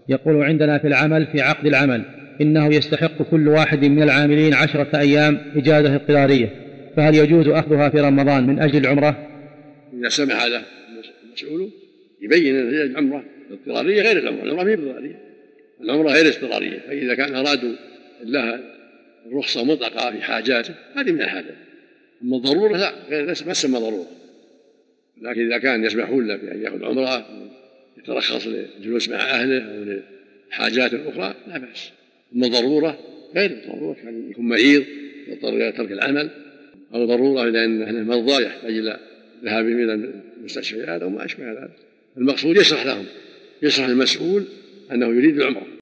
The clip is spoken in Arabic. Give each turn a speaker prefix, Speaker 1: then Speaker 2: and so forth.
Speaker 1: يقول: عندنا في العمل في عقد العمل إنه يستحق كل واحد من العاملين 10 أيام إجازة اضطرارية، فهل يجوز أخذها في رمضان من أجل العمرة؟
Speaker 2: إذا سمح له المسؤول يبين أن العمرة الاضطرارية غير العمرة، العمرة هي اضطرارية، العمرة غير اضطرارية. فإذا كان أرادوا لها الرخصة مطلقة في حاجاته هذه من الحاجات، أما الضرورة لا، ما تسمى ضرورة. لكن إذا كان يسمحون له بأن يأخذ عمرة يترخص للجلوس مع أهله أو لحاجات أخرى لا بأس. أما الضرورة غير الضرورة، كان يكون مريض يضطر إلى ترك العمل، أو ضرورة لأن أهله مرضى يحتاج إلى ذهابهم إلى المستشفيات أو ما أشبه ذلك. المقصود يشرح لهم، يشرح المسؤول أنه يريد العمرة.